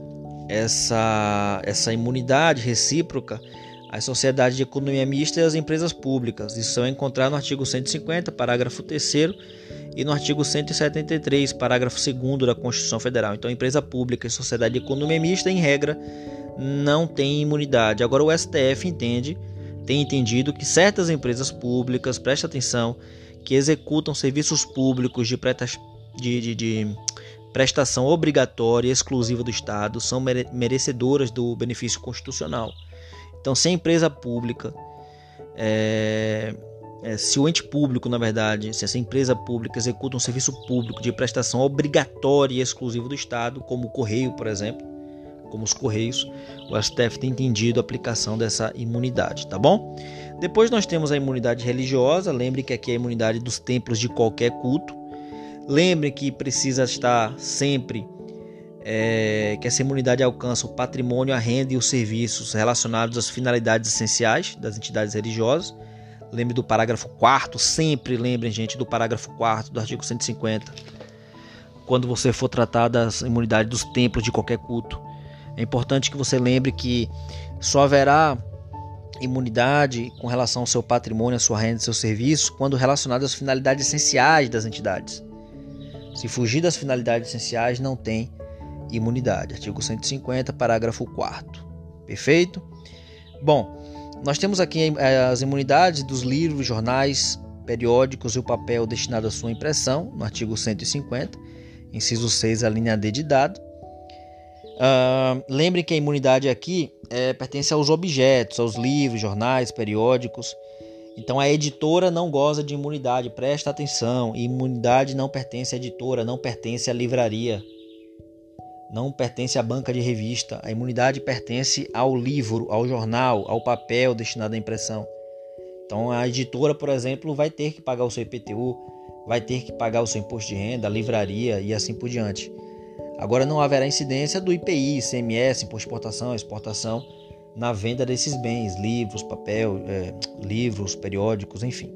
essa, essa imunidade recíproca às sociedades de economia mista e às empresas públicas. Isso é encontrado no artigo cento e cinquenta, parágrafo terceiro, e no artigo cento e setenta e três, parágrafo segundo da Constituição Federal. Então, empresa pública e sociedade de economia mista, em regra, não tem imunidade. Agora, o S T F entende, tem entendido que certas empresas públicas, presta atenção, que executam serviços públicos de, preta, de, de, de prestação obrigatória e exclusiva do Estado são mere, merecedoras do benefício constitucional. Então, se a empresa pública, é, é, se o ente público, na verdade, se essa empresa pública executa um serviço público de prestação obrigatória e exclusiva do Estado, como o Correio, por exemplo, como os Correios, o S T F tem entendido a aplicação dessa imunidade, tá bom? Depois nós temos a imunidade religiosa. Lembre que aqui é a imunidade dos templos de qualquer culto. Lembre que precisa estar sempre, é, que essa imunidade alcança o patrimônio, a renda e os serviços relacionados às finalidades essenciais das entidades religiosas. Lembre do parágrafo quarto, sempre lembrem, gente, do parágrafo quarto do artigo cento e cinquenta. Quando você for tratar das imunidades dos templos de qualquer culto, é importante que você lembre que só haverá imunidade com relação ao seu patrimônio, à sua renda e seus serviços quando relacionado às finalidades essenciais das entidades. Se fugir das finalidades essenciais, não tem imunidade. Artigo cento e cinquenta, parágrafo quarto. Perfeito? Bom, nós temos aqui as imunidades dos livros, jornais, periódicos e o papel destinado à sua impressão, no artigo cento e cinquenta, inciso seis, a linha D de dado. Uh, lembrem que a imunidade aqui é, pertence aos objetos, aos livros, jornais, periódicos. Então a editora não goza de imunidade, presta atenção. Imunidade não pertence à editora, não pertence à livraria, não pertence à banca de revista. A imunidade pertence ao livro, ao jornal, ao papel destinado à impressão. Então a editora, por exemplo, vai ter que pagar o seu I P T U, vai ter que pagar o seu imposto de renda, a livraria e assim por diante. Agora não haverá incidência do I P I, I C M S, imposto de importação, exportação, na venda desses bens, livros, papel, é, livros, periódicos, enfim.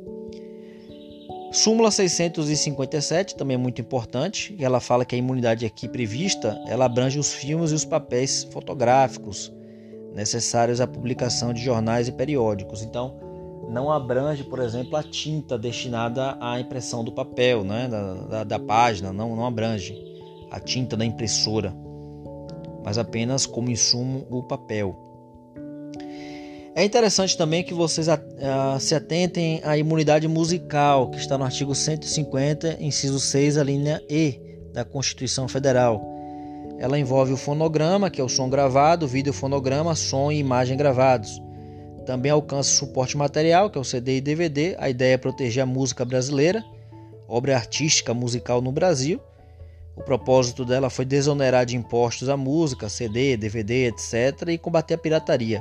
Súmula seiscentos e cinquenta e sete, também é muito importante, ela fala que a imunidade aqui prevista, ela abrange os filmes e os papéis fotográficos necessários à publicação de jornais e periódicos. Então, não abrange, por exemplo, a tinta destinada à impressão do papel, né, da, da, da página, não, não abrange a tinta da impressora, mas apenas como insumo o papel. É interessante também que vocês uh, se atentem à imunidade musical, que está no artigo cento e cinquenta, inciso seis, a linha E da Constituição Federal. Ela envolve o fonograma, que é o som gravado, videofonograma, som e imagem gravados. Também alcança o suporte material, que é o C D e D V D. A ideia é proteger a música brasileira, obra artística musical no Brasil. O propósito dela foi desonerar de impostos a música, C D, D V D, etcétera e combater a pirataria.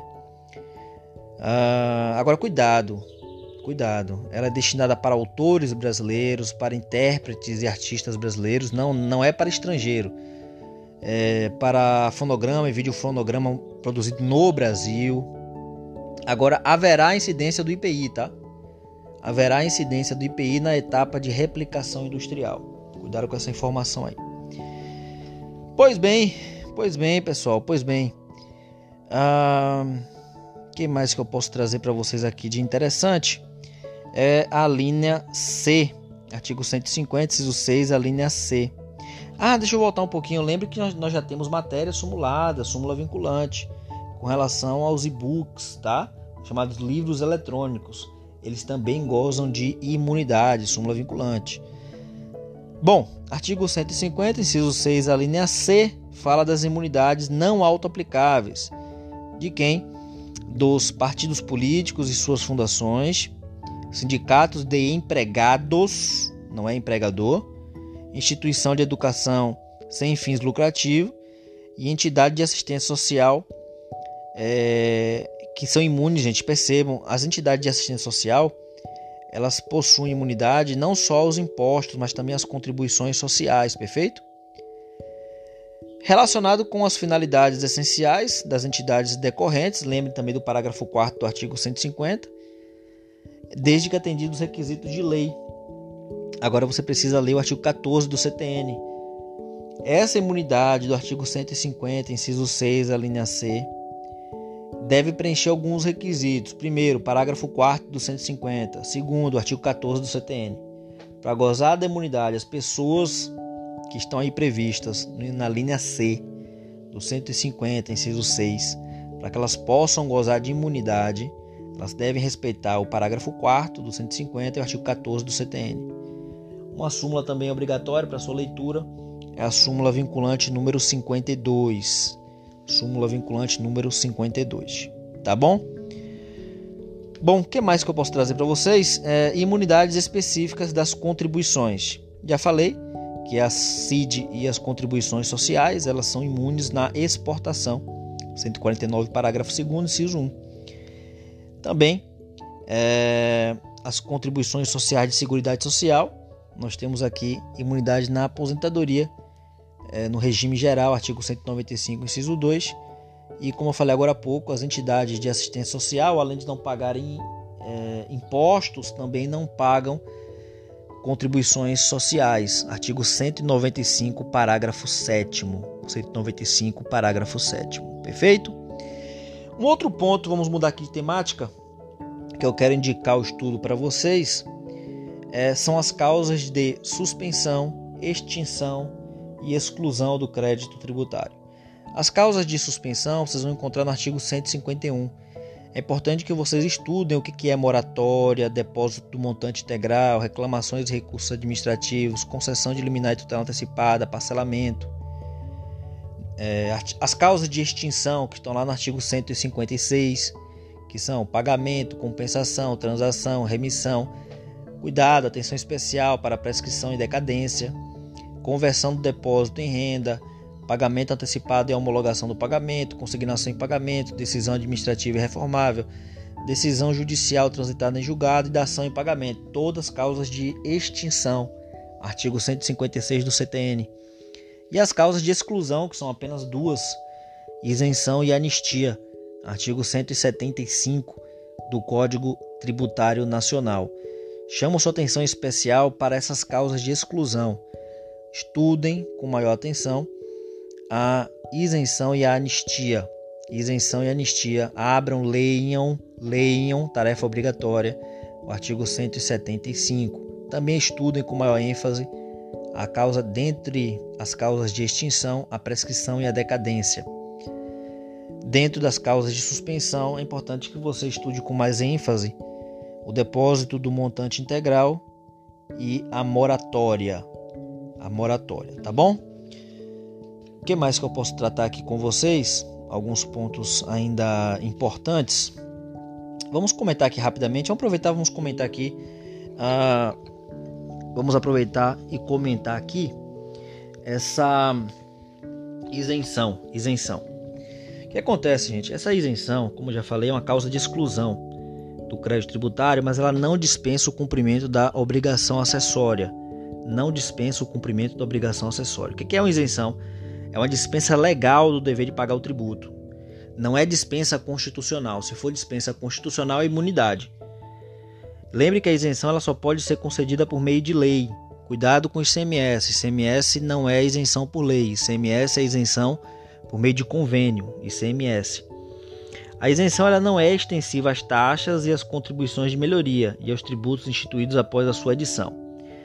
Ah, agora, cuidado, cuidado. Ela é destinada para autores brasileiros, para intérpretes e artistas brasileiros, não, não é para estrangeiro. É para fonograma e videofonograma produzido no Brasil. Agora, haverá incidência do I P I, tá? Haverá incidência do I P I na etapa de replicação industrial. Cuidado com essa informação aí. Pois bem, pois bem, pessoal, pois bem. Ah... O que mais que eu posso trazer para vocês aqui de interessante? É a linha C, artigo cento e cinquenta, inciso seis, a linha C. Ah, deixa eu voltar um pouquinho. Lembre que nós, nós já temos matéria sumulada, súmula vinculante, com relação aos e-books, tá? Chamados livros eletrônicos. Eles também gozam de imunidade, súmula vinculante. Bom, artigo cento e cinquenta, inciso seis, a linha C, fala das imunidades não auto-aplicáveis. De quem? Dos partidos políticos e suas fundações, sindicatos de empregados, não é empregador, instituição de educação sem fins lucrativos e entidade de assistência social é, que são imunes, gente. Percebam, as entidades de assistência social, elas possuem imunidade não só aos impostos, mas também às contribuições sociais, perfeito? Relacionado com as finalidades essenciais das entidades decorrentes, lembre também do parágrafo quarto do artigo cento e cinquenta, desde que atendidos os requisitos de lei. Agora você precisa ler o artigo quatorze do C T N. Essa imunidade do artigo cento e cinquenta, inciso seis, a linha C, deve preencher alguns requisitos. Primeiro, parágrafo quarto do cento e cinquenta. Segundo, artigo quatorze do C T N. Para gozar da imunidade, as pessoas que estão aí previstas na linha C do cento e cinquenta, inciso seis, para que elas possam gozar de imunidade, elas devem respeitar o parágrafo quarto do cento e cinquenta e o artigo quatorze do C T N. Uma súmula também obrigatória para sua leitura é a súmula vinculante número cinquenta e dois. Súmula vinculante número cinquenta e dois. Tá bom? Bom, o que mais que eu posso trazer para vocês? É, imunidades específicas das contribuições. Já falei que a C I D e as contribuições sociais, elas são imunes na exportação. cento e quarenta e nove, parágrafo segundo, inciso um. Também, é, as contribuições sociais de seguridade social, nós temos aqui imunidade na aposentadoria, é, no regime geral, artigo cento e noventa e cinco, inciso dois. E como eu falei agora há pouco, as entidades de assistência social, além de não pagarem é, impostos, também não pagam contribuições sociais, artigo cento e noventa e cinco, parágrafo sétimo. cento e noventa e cinco, parágrafo sétimo. Perfeito? Um outro ponto, vamos mudar aqui de temática, que eu quero indicar o estudo para vocês, é, são as causas de suspensão, extinção e exclusão do crédito tributário. As causas de suspensão vocês vão encontrar no artigo cento e cinquenta e um. É importante que vocês estudem o que é moratória, depósito do montante integral, reclamações e recursos administrativos, concessão de liminar e tutela antecipada, parcelamento. É, as causas de extinção, que estão lá no artigo cento e cinquenta e seis, que são pagamento, compensação, transação, remissão, cuidado, atenção especial para prescrição e decadência, conversão do depósito em renda, pagamento antecipado e homologação do pagamento, consignação em pagamento, decisão administrativa e reformável, decisão judicial transitada em julgado e dação em pagamento, todas causas de extinção, artigo cento e cinquenta e seis do C T N. E as causas de exclusão, que são apenas duas, isenção e anistia, artigo cento e setenta e cinco do Código Tributário Nacional. Chamo sua atenção especial para essas causas de exclusão. Estudem com maior atenção a isenção e a anistia. Isenção e anistia. Abram, leiam, leiam, tarefa obrigatória, o artigo cento e setenta e cinco. Também estudem com maior ênfase a causa, dentre as causas de extinção, a prescrição e a decadência. dentro das causas de suspensão, é importante que você estude com mais ênfase o depósito do montante integral e a moratória. A moratória, tá bom? O que mais que eu posso tratar aqui com vocês? Alguns pontos ainda importantes. Vamos comentar aqui rapidamente. Vamos aproveitar, vamos comentar aqui. Uh, vamos aproveitar e comentar aqui essa isenção. Isenção. O que acontece, gente? Essa isenção, como eu já falei, é uma causa de exclusão do crédito tributário, mas ela não dispensa o cumprimento da obrigação acessória. Não dispensa o cumprimento da obrigação acessória. O que é uma isenção? É uma dispensa legal do dever de pagar o tributo. Não é dispensa constitucional. Se for dispensa constitucional, é imunidade. Lembre que a isenção ela só pode ser concedida por meio de lei. Cuidado com o I C M S. I C M S não é isenção por lei. I C M S é isenção por meio de convênio. I C M S. A isenção ela não é extensiva às taxas e às contribuições de melhoria e aos tributos instituídos após a sua edição.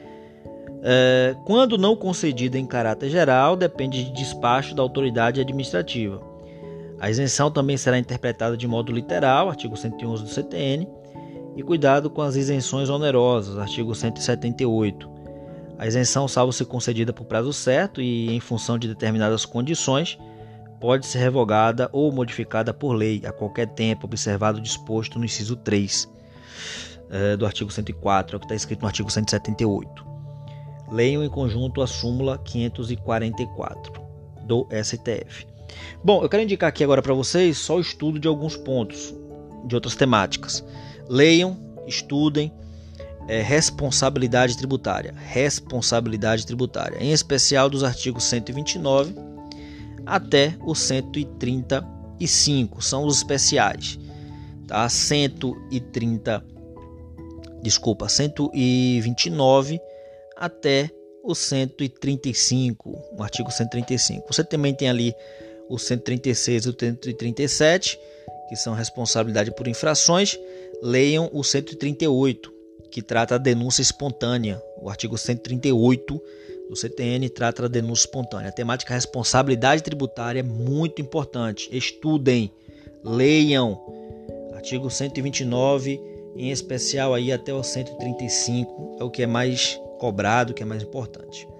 É, quando não concedida em caráter geral, depende de despacho da autoridade administrativa. A isenção também será interpretada de modo literal, artigo cento e onze do C T N, e cuidado com as isenções onerosas, artigo cento e setenta e oito. A isenção, salvo ser concedida por prazo certo e em função de determinadas condições, pode ser revogada ou modificada por lei a qualquer tempo, observado o disposto no inciso três é, do artigo cento e quatro, é o que está escrito no artigo cento e setenta e oito. Leiam em conjunto a súmula quinhentos e quarenta e quatro do S T F. Bom, eu quero indicar aqui agora para vocês só o estudo de alguns pontos de outras temáticas. Leiam, estudem é, responsabilidade tributária, responsabilidade tributária, em especial dos artigos cento e vinte e nove até o cento e trinta e cinco, são os especiais, tá? cento e trinta, desculpa, cento e vinte e nove até o cento e trinta e cinco, o artigo cento e trinta e cinco. Você também tem ali o cento e trinta e seis e o cento e trinta e sete, que são responsabilidade por infrações. Leiam o cento e trinta e oito, que trata a denúncia espontânea. O artigo cento e trinta e oito do C T N trata a denúncia espontânea. A temática responsabilidade tributária é muito importante. Estudem, leiam. Artigo cento e vinte e nove, em especial aí até o cento e trinta e cinco, é o que é mais cobrado, que é mais importante.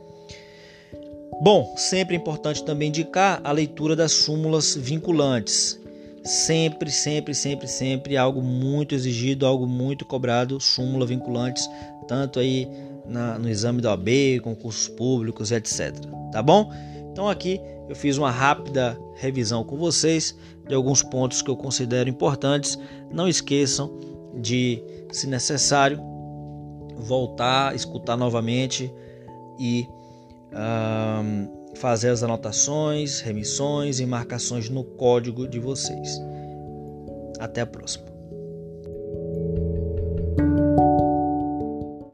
Bom, sempre é importante também indicar a leitura das súmulas vinculantes. Sempre, sempre, sempre, sempre algo muito exigido, algo muito cobrado, súmula vinculantes, tanto aí na, no exame da O A B, concursos públicos, etcétera. Tá bom? Então aqui eu fiz uma rápida revisão com vocês de alguns pontos que eu considero importantes. Não esqueçam de, se necessário, voltar, escutar novamente e um, fazer as anotações, remissões e marcações no código de vocês. Até a próxima.